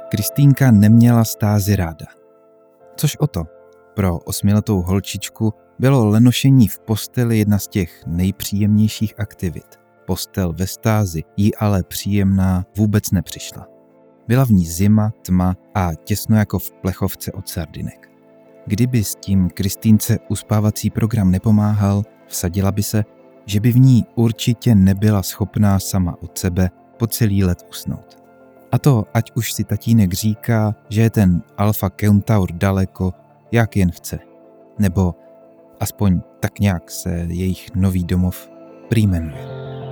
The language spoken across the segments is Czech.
Kristýnka neměla Stázi ráda. Což o to, pro 8letou holčičku bylo lenošení v posteli jedna z těch nejpříjemnějších aktivit. Postel ve Stázi jí ale příjemná vůbec nepřišla. Byla v ní zima, tma a těsno jako v plechovce od sardinek. Kdyby s tím Kristýnce uspávací program nepomáhal, vsadila by se, že by v ní určitě nebyla schopná sama od sebe po celý let usnout. A to, ať už si tatínek říká, že je ten Alfa Centaur daleko, jak jen chce. Nebo aspoň tak nějak se jejich nový domov prý jmenuje.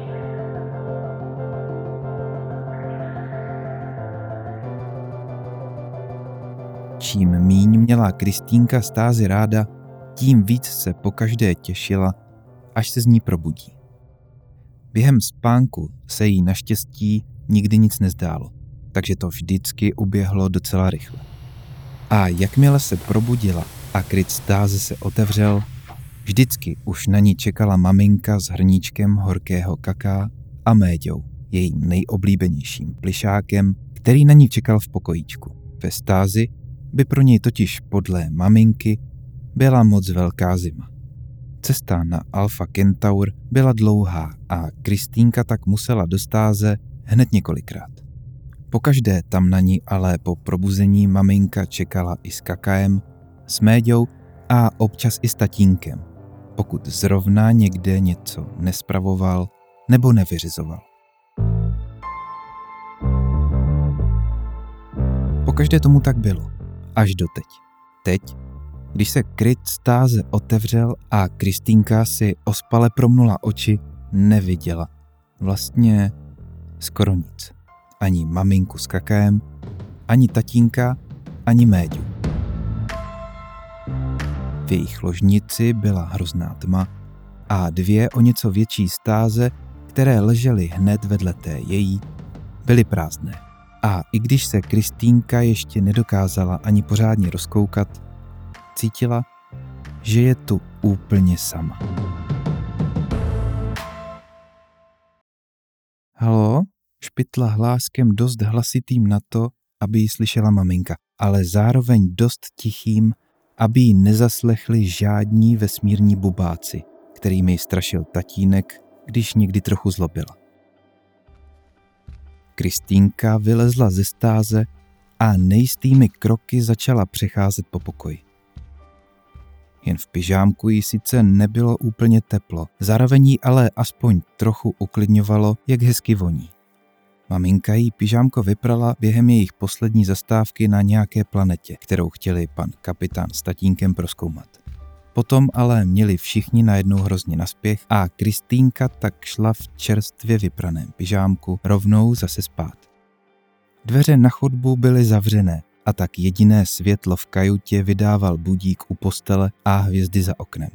Čím míň měla Kristýnka Stázi ráda, tím víc se pokaždé těšila, až se z ní probudí. Během spánku se jí naštěstí nikdy nic nezdálo, takže to vždycky uběhlo docela rychle. A jakmile se probudila a kryt Stáze se otevřel, vždycky už na ní čekala maminka s hrníčkem horkého kaká a Méďou, jejím nejoblíbenějším plyšákem, který na ní čekal v pokojíčku. Ve Stázi by pro něj totiž podle maminky byla moc velká zima. Cesta na Alfa Centaur byla dlouhá a Kristýnka tak musela do Stáze hned několikrát. Pokaždé tam na ní ale po probuzení maminka čekala i s kakaem, s Méďou a občas i s tatínkem, pokud zrovna někde něco nespravoval nebo nevyřizoval. Pokaždé tomu tak bylo, až doteď. Teď, když se kryt Stáze otevřel a Kristýnka si ospale promnula oči, neviděla vlastně skoro nic. Ani maminku s kakaem, ani tatínka, ani Méďu. V jejich ložnici byla hrozná tma a dvě o něco větší Stáze, které ležely hned vedle té její, byly prázdné. A i když se Kristýnka ještě nedokázala ani pořádně rozkoukat, cítila, že je tu úplně sama. Haló? Špitla hláskem dost hlasitým na to, aby ji slyšela maminka, ale zároveň dost tichým, aby ji nezaslechli žádní vesmírní bubáci, kterými ji strašil tatínek, když někdy trochu zlobila. Kristýnka vylezla ze Stáze a nejistými kroky začala přecházet po pokoji. Jen v pyžámku jí sice nebylo úplně teplo, zároveň jí ale aspoň trochu uklidňovalo, jak hezky voní. Maminka jí pyžámko vyprala během jejich poslední zastávky na nějaké planetě, kterou chtěli pan kapitán s tatínkem prozkoumat. Potom ale měli všichni najednou hrozně naspěch a Kristýnka tak šla v čerstvě vypraném pyžámku rovnou zase spát. Dveře na chodbu byly zavřené a tak jediné světlo v kajutě vydával budík u postele a hvězdy za oknem.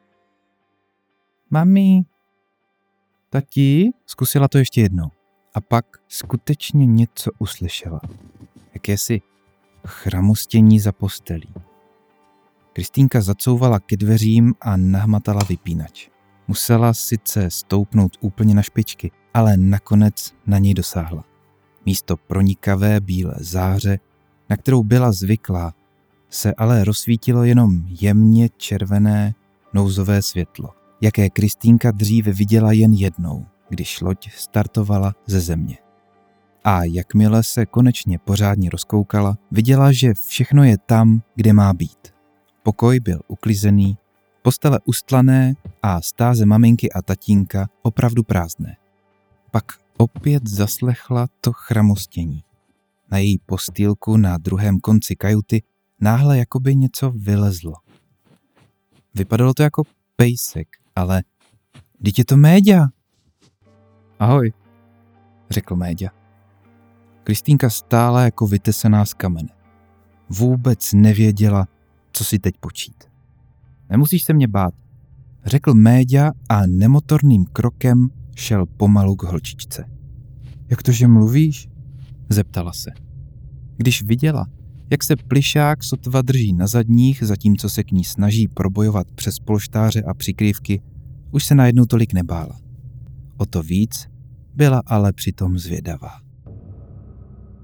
Mami, tati, zkusila to ještě jednou. A pak skutečně něco uslyšela. Jakési chramostění za postelí. Kristýnka zacouvala ke dveřím a nahmatala vypínač. Musela sice stoupnout úplně na špičky, ale nakonec na něj dosáhla. Místo pronikavé bílé záře, na kterou byla zvyklá, se ale rozsvítilo jenom jemně červené nouzové světlo, jaké Kristýnka dříve viděla jen jednou, když loď startovala ze země. A jakmile se konečně pořádně rozkoukala, viděla, že všechno je tam, kde má být. Pokoj byl uklizený, postele ustlané a Stáze maminky a tatínka opravdu prázdné. Pak opět zaslechla to chramostění. Na její postýlku na druhém konci kajuty náhle jakoby něco vylezlo. Vypadalo to jako pejsek, ale vždyť je to Méďa. Ahoj, řekl Méďa. Kristýnka stála jako vytesaná z kamene. Vůbec nevěděla, co si teď počít. Nemusíš se mě bát, řekl Méďa a nemotorným krokem šel pomalu k holčičce. Jak to, že mluvíš? Zeptala se. Když viděla, jak se plyšák sotva drží na zadních, zatímco se k ní snaží probojovat přes polštáře a přikrývky, už se najednou tolik nebála. O to víc byla ale přitom zvědavá.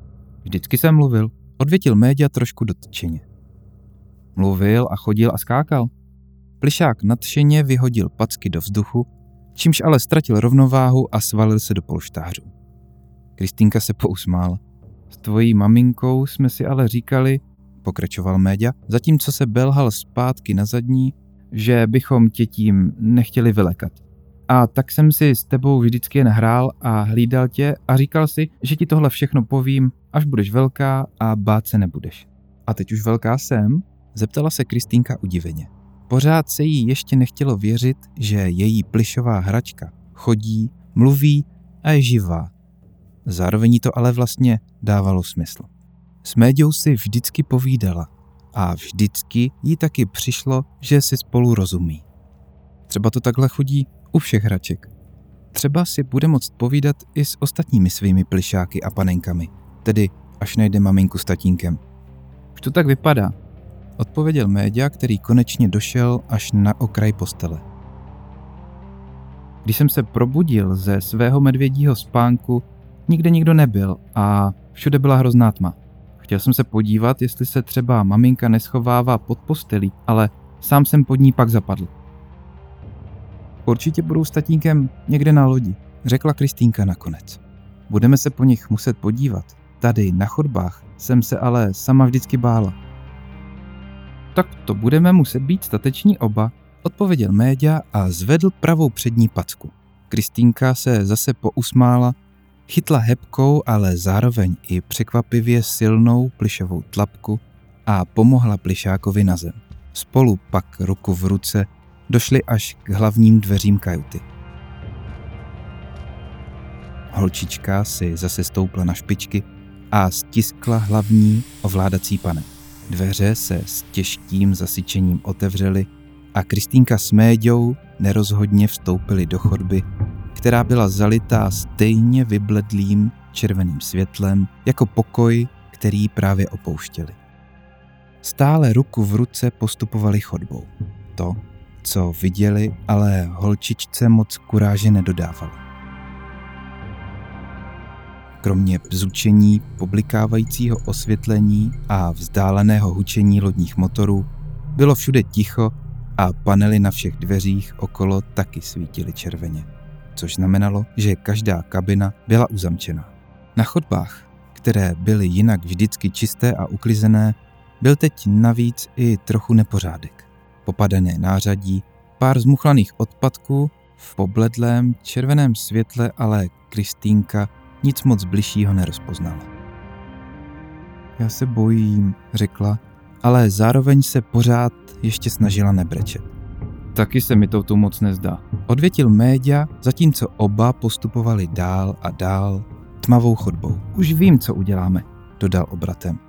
Vždycky jsem mluvil, odvětil Méďa trošku dotčeně. Mluvil a chodil a skákal. Plišák nadšeně vyhodil packy do vzduchu, čímž ale ztratil rovnováhu a svalil se do polštářů. Kristýnka se pousmála. S tvojí maminkou jsme si ale říkali, pokračoval Méďa, zatímco se belhal zpátky na zadní, že bychom tě tím nechtěli vylekat. A tak jsem si s tebou vždycky jen hrál a hlídal tě a říkal si, že ti tohle všechno povím, až budeš velká a bát se nebudeš. A teď už velká jsem? Zeptala se Kristýnka udiveně. Pořád se jí ještě nechtělo věřit, že její plišová hračka chodí, mluví a je živá. Zároveň jí to ale vlastně dávalo smysl. S Méďou si vždycky povídala a vždycky jí taky přišlo, že si spolu rozumí. Třeba to takhle chodí u všech hraček. Třeba si bude moct povídat i s ostatními svými plišáky a panenkami, tedy až najde maminku s tatínkem. Už to tak vypadá, odpověděl Méďa, který konečně došel až na okraj postele. Když jsem se probudil ze svého medvědího spánku, nikde nikdo nebyl a všude byla hrozná tma. Chtěl jsem se podívat, jestli se třeba maminka neschovává pod postelí, ale sám jsem pod ní pak zapadl. Určitě budou s tatínkem někde na lodi, řekla Kristýnka nakonec. Budeme se po nich muset podívat. Tady na chodbách jsem se ale sama vždycky bála. Tak to budeme muset být stateční oba, odpověděl Méďa a zvedl pravou přední packu. Kristýnka se zase pousmála, chytla hebkou, ale zároveň i překvapivě silnou plišovou tlapku a pomohla plišákovi na zem. Spolu pak ruku v ruce došli až k hlavním dveřím kajuty. Holčička si zase stoupla na špičky a stiskla hlavní ovládací pane. Dveře se s těžkým zasyčením otevřely a Kristýnka s Méďou nerozhodně vstoupili do chodby, která byla zalitá stejně vybledlým červeným světlem jako pokoj, který právě opouštěli. Stále ruku v ruce postupovali chodbou. To, co viděli, ale holčičce moc kuráže nedodávalo. Kromě bzučení, poblikávajícího osvětlení a vzdáleného hučení lodních motorů bylo všude ticho a panely na všech dveřích okolo taky svítily červeně, což znamenalo, že každá kabina byla uzamčená. Na chodbách, které byly jinak vždycky čisté a uklizené, byl teď navíc i trochu nepořádek. Popadané nářadí, pár zmuchlaných odpadků, v pobledlém červeném světle ale Kristýnka nic moc bližšího nerozpoznala. Já se bojím, řekla, ale zároveň se pořád ještě snažila nebrečet. Taky se mi to tu moc nezdá, odvětil Méďa, zatímco oba postupovali dál a dál tmavou chodbou. Už vím, co uděláme, dodal obratem.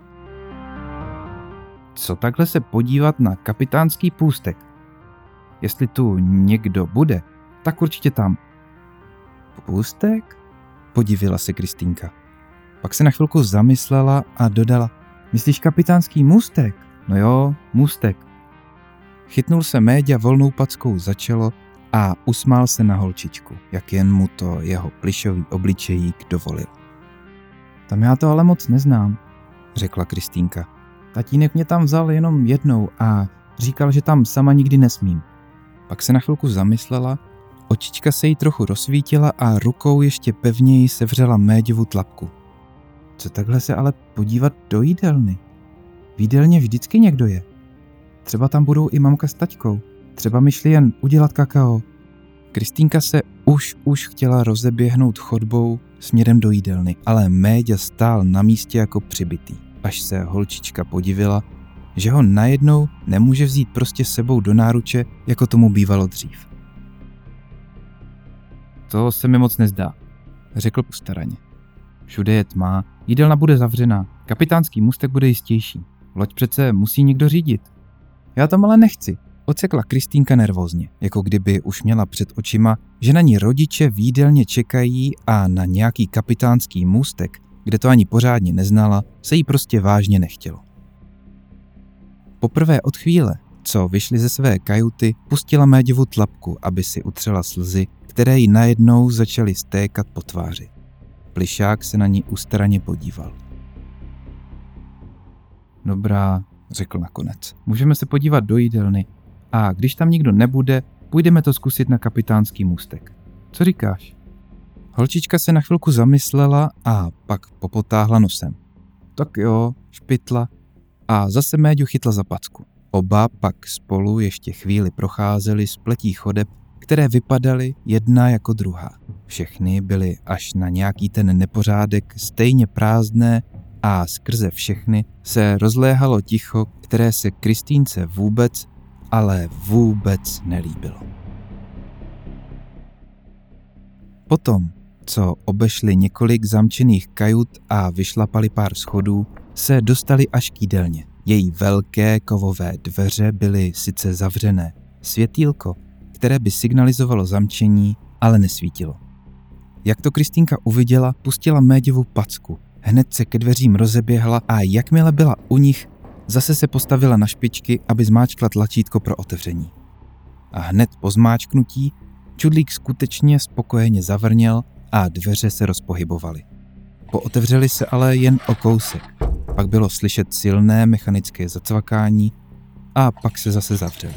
Co takhle se podívat na kapitánský půstek? Jestli tu někdo bude, tak určitě tam. Půstek? Podivila se Kristýnka. Pak se na chvilku zamyslela a dodala. Myslíš kapitánský můstek? No jo, můstek. Chytnul se Méďa volnou packou za čelo a usmál se na holčičku, jak jen mu to jeho plišový obličejík dovolil. Tam já to ale moc neznám, řekla Kristýnka. Tatínek mě tam vzal jenom jednou a říkal, že tam sama nikdy nesmím. Pak se na chvilku zamyslela, očička se jí trochu rozsvítila a rukou ještě pevněji sevřela Méďovu tlapku. Co takhle se ale podívat do jídelny? V jídelně vždycky někdo je. Třeba tam budou i mamka s taťkou. Třeba mi šli jen udělat kakao. Kristýnka se už chtěla rozeběhnout chodbou směrem do jídelny, ale Méďa stál na místě jako přibitý. Až se holčička podivila, že ho najednou nemůže vzít prostě sebou do náruče, jako tomu bývalo dřív. To se mi moc nezdá, řekl postaraně. Všude je tma, jídelna bude zavřená, kapitánský můstek bude jistější. Loď přece musí někdo řídit. Já tam ale nechci, odsekla Kristýnka nervózně, jako kdyby už měla před očima, že na ní rodiče v jídelně čekají a na nějaký kapitánský můstek, kde to ani pořádně neznala, se jí prostě vážně nechtělo. Poprvé od chvíle, co vyšli ze své kajuty, pustila Méďovu tlapku, aby si utřela slzy, které jí najednou začaly stékat po tváři. Plišák se na ní ustaraně podíval. Dobrá, řekl nakonec. Můžeme se podívat do jídelny a když tam nikdo nebude, půjdeme to zkusit na kapitánský můstek. Co říkáš? Holčička se na chvilku zamyslela a pak popotáhla nosem. Tak jo, špitla a zase Méďu chytla za packu. Oba pak spolu ještě chvíli procházeli spletí chodeb, které vypadaly jedna jako druhá. Všechny byly až na nějaký ten nepořádek stejně prázdné a skrze všechny se rozléhalo ticho, které se Kristýnce vůbec, ale vůbec nelíbilo. Potom, co obešli několik zamčených kajut a vyšlapali pár schodů, se dostali až k jídelně. Její velké kovové dveře byly sice zavřené. Světýlko, které by signalizovalo zamčení, ale nesvítilo. Jak to Kristýnka uviděla, pustila Méďovu packu. Hned se ke dveřím rozeběhla a jakmile byla u nich, zase se postavila na špičky, aby zmáčkla tlačítko pro otevření. A hned po zmáčknutí čudlík skutečně spokojeně zavrněl a dveře se rozpohybovaly. Pootevřely se ale jen o kousek. Pak bylo slyšet silné mechanické zacvakání a pak se zase zavřely.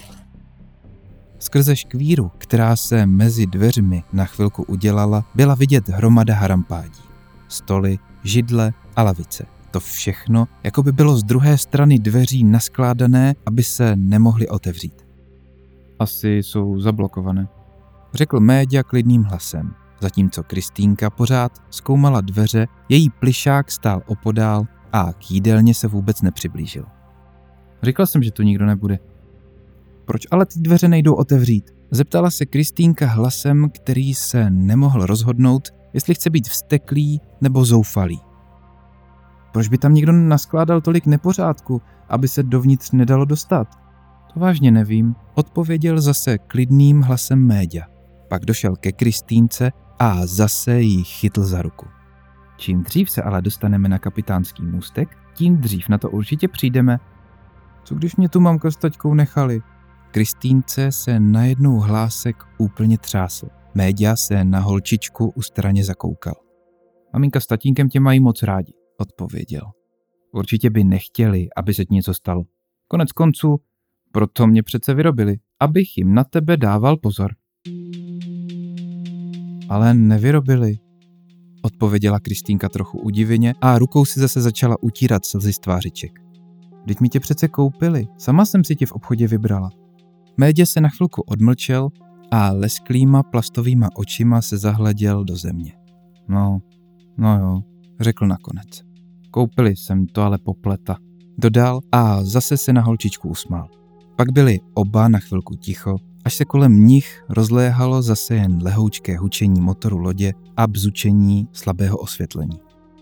Skrze škvíru, která se mezi dveřmi na chvilku udělala, byla vidět hromada harampádí. Stoly, židle a lavice. To všechno, jako by bylo z druhé strany dveří naskládané, aby se nemohly otevřít. Asi jsou zablokované, řekl Méďa klidným hlasem, zatímco Kristýnka pořád zkoumala dveře, její plišák stál opodál a k jídelně se vůbec nepřiblížil. Říkal jsem, že tu nikdo nebude. Proč ale ty dveře nejdou otevřít? Zeptala se Kristýnka hlasem, který se nemohl rozhodnout, jestli chce být vzteklý nebo zoufalý. Proč by tam někdo naskládal tolik nepořádku, aby se dovnitř nedalo dostat? To vážně nevím, odpověděl zase klidným hlasem Méďa. Pak došel ke Kristýnce a zase ji chytl za ruku. Čím dřív se ale dostaneme na kapitánský můstek, tím dřív na to určitě přijdeme. Co když mě tu mamka s taťkou nechali? Kristýnce se najednou hlásek úplně třásl. Méďa se na holčičku ustraně zakoukal. Maminka s tatínkem tě mají moc rádi, odpověděl. Určitě by nechtěli, aby se ti něco stalo. Konec konců, proto mě přece vyrobili, abych jim na tebe dával pozor. Ale nevyrobili, odpověděla Kristýnka trochu udiveně a rukou si zase začala utírat slzy z tvářiček. Vždyť mi tě přece koupili, sama jsem si tě v obchodě vybrala. Méďa se na chvilku odmlčel a lesklýma plastovýma očima se zahleděl do země. No jo, řekl nakonec. Koupili jsem to ale popleta. Dodal a zase se na holčičku usmál. Pak byli oba na chvilku ticho, až se kolem nich rozléhalo zase jen lehoučké hučení motoru lodě a bzučení slabého osvětlení.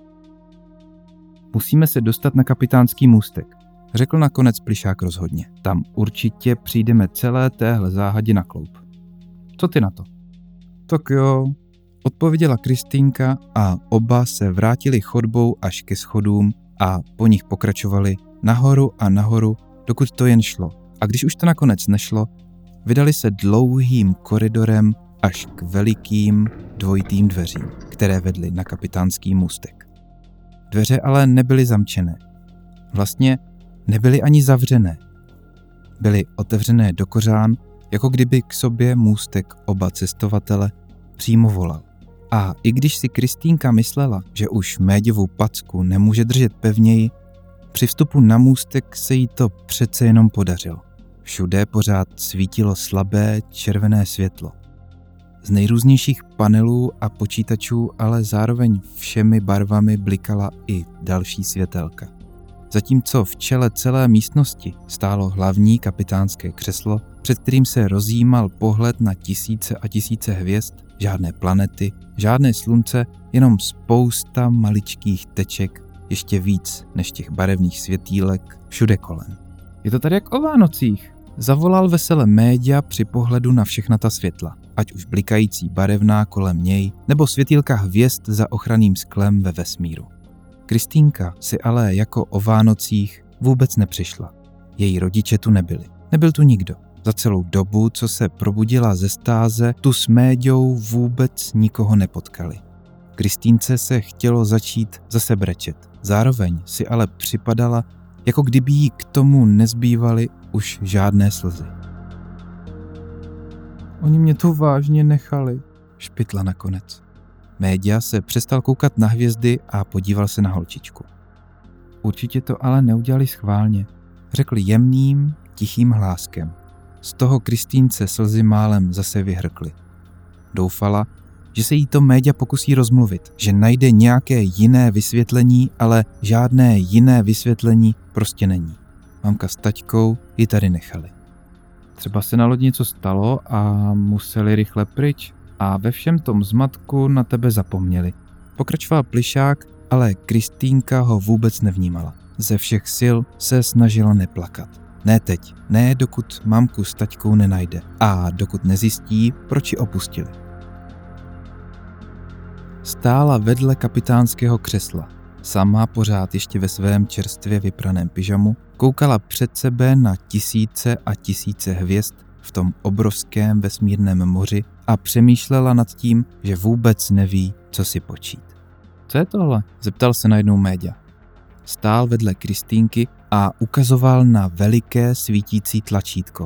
Musíme se dostat na kapitánský můstek, řekl nakonec plišák rozhodně. Tam určitě přijdeme celé téhle záhadě na kloup. Co ty na to? Tak jo, odpověděla Kristýnka a oba se vrátili chodbou až ke schodům a po nich pokračovali nahoru a nahoru, dokud to jen šlo. A když už to nakonec nešlo, vydali se dlouhým koridorem až k velikým dvojitým dveřím, které vedly na kapitánský můstek. Dveře ale nebyly zamčené. Vlastně nebyly ani zavřené. Byly otevřené do kořán, jako kdyby k sobě můstek oba cestovatele přímo volal. A i když si Kristýnka myslela, že už Méďovu packu nemůže držet pevněji, při vstupu na můstek se jí to přece jenom podařilo. Všude pořád svítilo slabé červené světlo. Z nejrůznějších panelů a počítačů ale zároveň všemi barvami blikala i další světelka. Zatímco v čele celé místnosti stálo hlavní kapitánské křeslo, před kterým se rozjímal pohled na tisíce a tisíce hvězd, žádné planety, žádné slunce, jenom spousta maličkých teček, ještě víc než těch barevných světýlek všude kolem. Je to tady jak o Vánocích, zavolal vesele Méďa při pohledu na všechna ta světla, ať už blikající barevná kolem něj, nebo světýlka hvězd za ochranným sklem ve vesmíru. Kristýnka si ale jako o Vánocích vůbec nepřišla. Její rodiče tu nebyli. Nebyl tu nikdo. Za celou dobu, co se probudila ze stáze, tu s Méďou vůbec nikoho nepotkali. Kristýnce se chtělo začít zase brečet. Zároveň si ale připadala, jako kdyby jí k tomu nezbývaly už žádné slzy. Oni mě tu vážně nechali, špitla nakonec. Média se přestal koukat na hvězdy a podíval se na holčičku. Určitě to ale neudělali schválně, řekl jemným, tichým hláskem. Z toho Kristýnce slzy málem zase vyhrkly. Doufala, že se jí to Méďa pokusí rozmluvit, že najde nějaké jiné vysvětlení, ale žádné jiné vysvětlení prostě není. Mamka s taťkou ji tady nechali. Třeba se na lodi něco stalo a museli rychle pryč a ve všem tom zmatku na tebe zapomněli. Pokračoval Plišák, ale Kristýnka ho vůbec nevnímala. Ze všech sil se snažila neplakat. Ne teď, ne dokud mamku s taťkou nenajde a dokud nezjistí, proč ji opustili. Stála vedle kapitánského křesla. Sama pořád ještě ve svém čerstvě vypraném pyžamu koukala před sebe na tisíce a tisíce hvězd v tom obrovském vesmírném moři a přemýšlela nad tím, že vůbec neví, co si počít. Co je tohle? Zeptal se najednou Méďa. Stál vedle Kristýnky a ukazoval na veliké svítící tlačítko,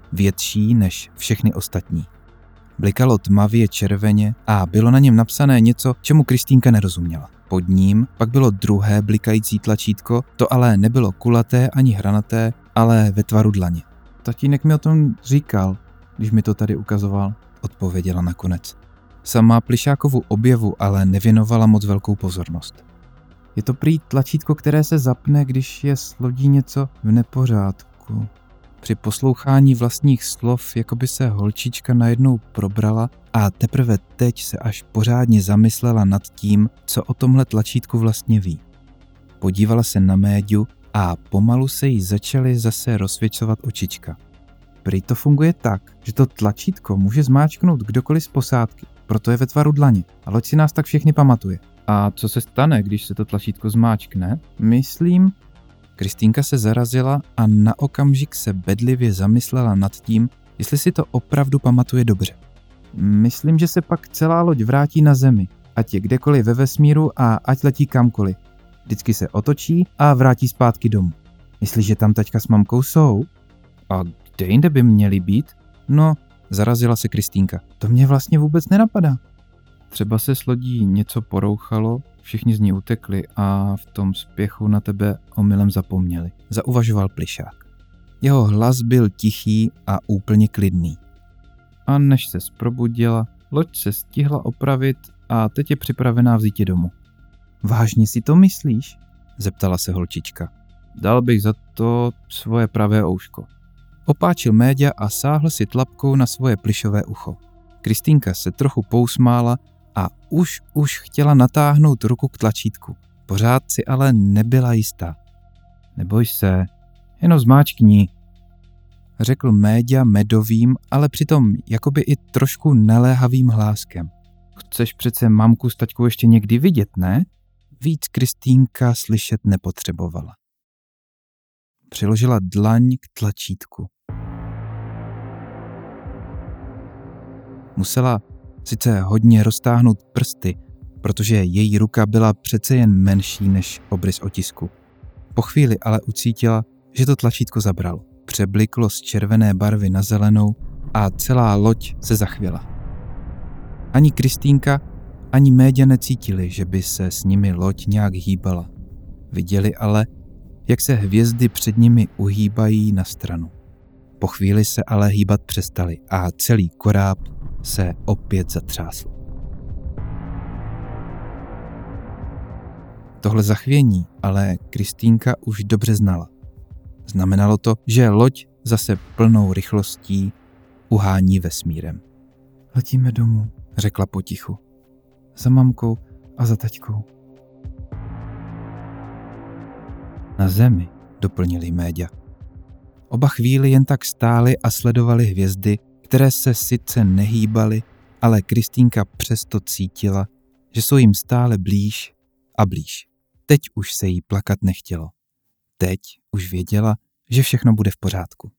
větší než všechny ostatní. Blikalo tmavě červeně a bylo na něm napsané něco, čemu Kristýnka nerozuměla. Pod ním pak bylo druhé blikající tlačítko, to ale nebylo kulaté ani hranaté, ale ve tvaru dlaně. Tatínek mi o tom říkal, když mi to tady ukazoval, odpověděla nakonec. Sama Plišákovu objevu ale nevěnovala moc velkou pozornost. Je to prý tlačítko, které se zapne, když je s lodí něco v nepořádku. Při poslouchání vlastních slov jako by se holčička najednou probrala a teprve teď se až pořádně zamyslela nad tím, co o tomhle tlačítku vlastně ví. Podívala se na Méďu a pomalu se jí začaly zase rozsvěcovat očička. Prý to funguje tak, že to tlačítko může zmáčknout kdokoliv z posádky, proto je ve tvaru dlaně a loď si nás tak všechny pamatuje. A co se stane, když se to tlačítko zmáčkne? Myslím... Kristýnka se zarazila a na okamžik se bedlivě zamyslela nad tím, jestli si to opravdu pamatuje dobře. Myslím, že se pak celá loď vrátí na zemi, ať je kdekoliv ve vesmíru a ať letí kamkoliv. Vždycky se otočí a vrátí zpátky domů. Myslíš, že tam taťka s mamkou jsou? A kde jinde by měli být? No, zarazila se Kristýnka. To mě vlastně vůbec nenapadá. Třeba se s lodí něco porouchalo, všichni z ní utekli a v tom spěchu na tebe omylem zapomněli. Zauvažoval Plišák. Jeho hlas byl tichý a úplně klidný. A než se probudila, loď se stihla opravit a teď je připravená vzít je domů. Vážně si to myslíš? Zeptala se holčička. Dal bych za to svoje pravé ouško. Opáčil Méďa a sáhl si tlapkou na svoje plišové ucho. Kristýnka se trochu pousmála a už chtěla natáhnout ruku k tlačítku. Pořád si ale nebyla jistá. Neboj se, jenom zmáčkni, řekl Méďa medovým, ale přitom jakoby i trošku naléhavým hláskem. Chceš přece mamku s taťkou ještě někdy vidět, ne? Víc Kristýnka slyšet nepotřebovala. Přiložila dlaň k tlačítku. Musela sice hodně roztáhnout prsty, protože její ruka byla přece jen menší než obrys otisku. Po chvíli ale ucítila, že to tlačítko zabralo. Přebliklo z červené barvy na zelenou a celá loď se zachvěla. Ani Kristýnka, ani Méďa necítili, že by se s nimi loď nějak hýbala. Viděli ale, jak se hvězdy před nimi uhýbají na stranu. Po chvíli se ale hýbat přestali a celý koráb se opět zatřásl. Tohle zachvění ale Kristýnka už dobře znala. Znamenalo to, že loď zase plnou rychlostí uhání vesmírem. Letíme domů, řekla potichu. Za mamkou a za taťkou. Na zemi, doplnili Méďa. Oba chvíli jen tak stáli a sledovali hvězdy, které se sice nehýbaly, ale Kristýnka přesto cítila, že jsou jim stále blíž a blíž. Teď už se jí plakat nechtělo. Teď už věděla, že všechno bude v pořádku.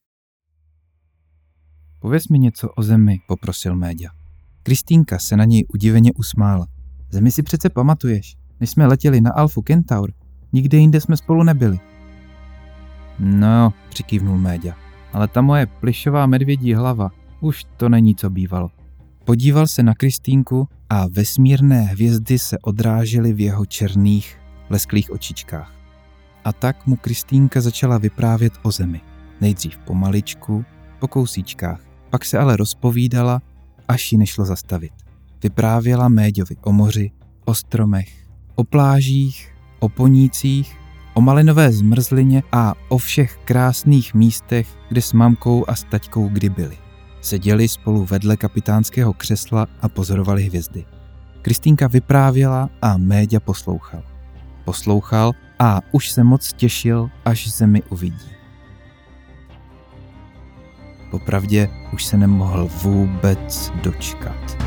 Pověz mi něco o zemi, poprosil Méďa. Kristýnka se na něj udiveně usmála. Zemi si přece pamatuješ, než jsme letěli na Alfu Kentaur, nikde jinde jsme spolu nebyli. No, přikývnul Méďa, ale ta moje plyšová medvědí hlava, už to není, co bývalo. Podíval se na Kristýnku a vesmírné hvězdy se odrážely v jeho černých, lesklých očičkách. A tak mu Kristýnka začala vyprávět o zemi. Nejdřív pomaličku, po kousíčkách, pak se ale rozpovídala, až ji nešlo zastavit. Vyprávěla Méďovi o moři, o stromech, o plážích, o ponících, o malinové zmrzlině a o všech krásných místech, kde s mamkou a s taťkou kdy byli. Seděli spolu vedle kapitánského křesla a pozorovali hvězdy. Kristýnka vyprávěla a Méďa poslouchal. Poslouchal a už se moc těšil, až zemi uvidí. Popravdě už se nemohl vůbec dočkat.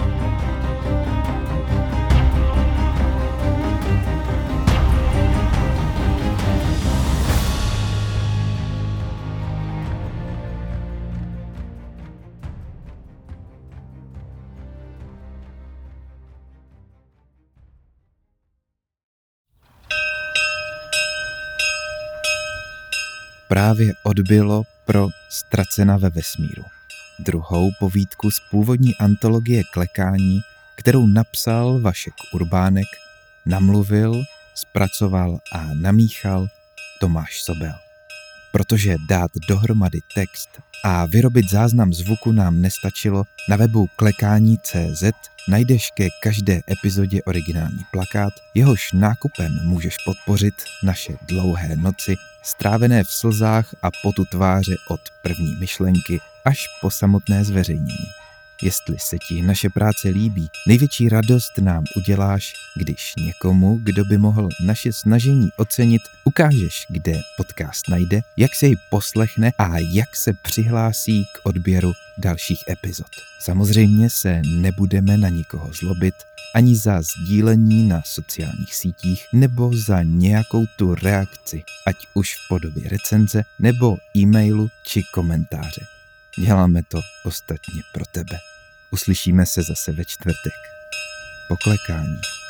Právě odbylo pro Ztracena ve vesmíru, druhou povídku z původní antologie Klekání, kterou napsal Vašek Urbánek, namluvil, zpracoval a namíchal Tomáš Sobel. Protože dát dohromady text a vyrobit záznam zvuku nám nestačilo, na webu klekání.cz najdeš ke každé epizodě originální plakát, jehož nákupem můžeš podpořit naše dlouhé noci, strávené v slzách a potu tváře od první myšlenky až po samotné zveřejnění. Jestli se ti naše práce líbí, největší radost nám uděláš, když někomu, kdo by mohl naše snažení ocenit, ukážeš, kde podcast najde, jak se jej poslechne a jak se přihlásí k odběru dalších epizod. Samozřejmě se nebudeme na nikoho zlobit, ani za sdílení na sociálních sítích nebo za nějakou tu reakci, ať už v podobě recenze nebo e-mailu či komentáře. Děláme to ostatně pro tebe. Uslyšíme se zase ve čtvrtek. Po klekání.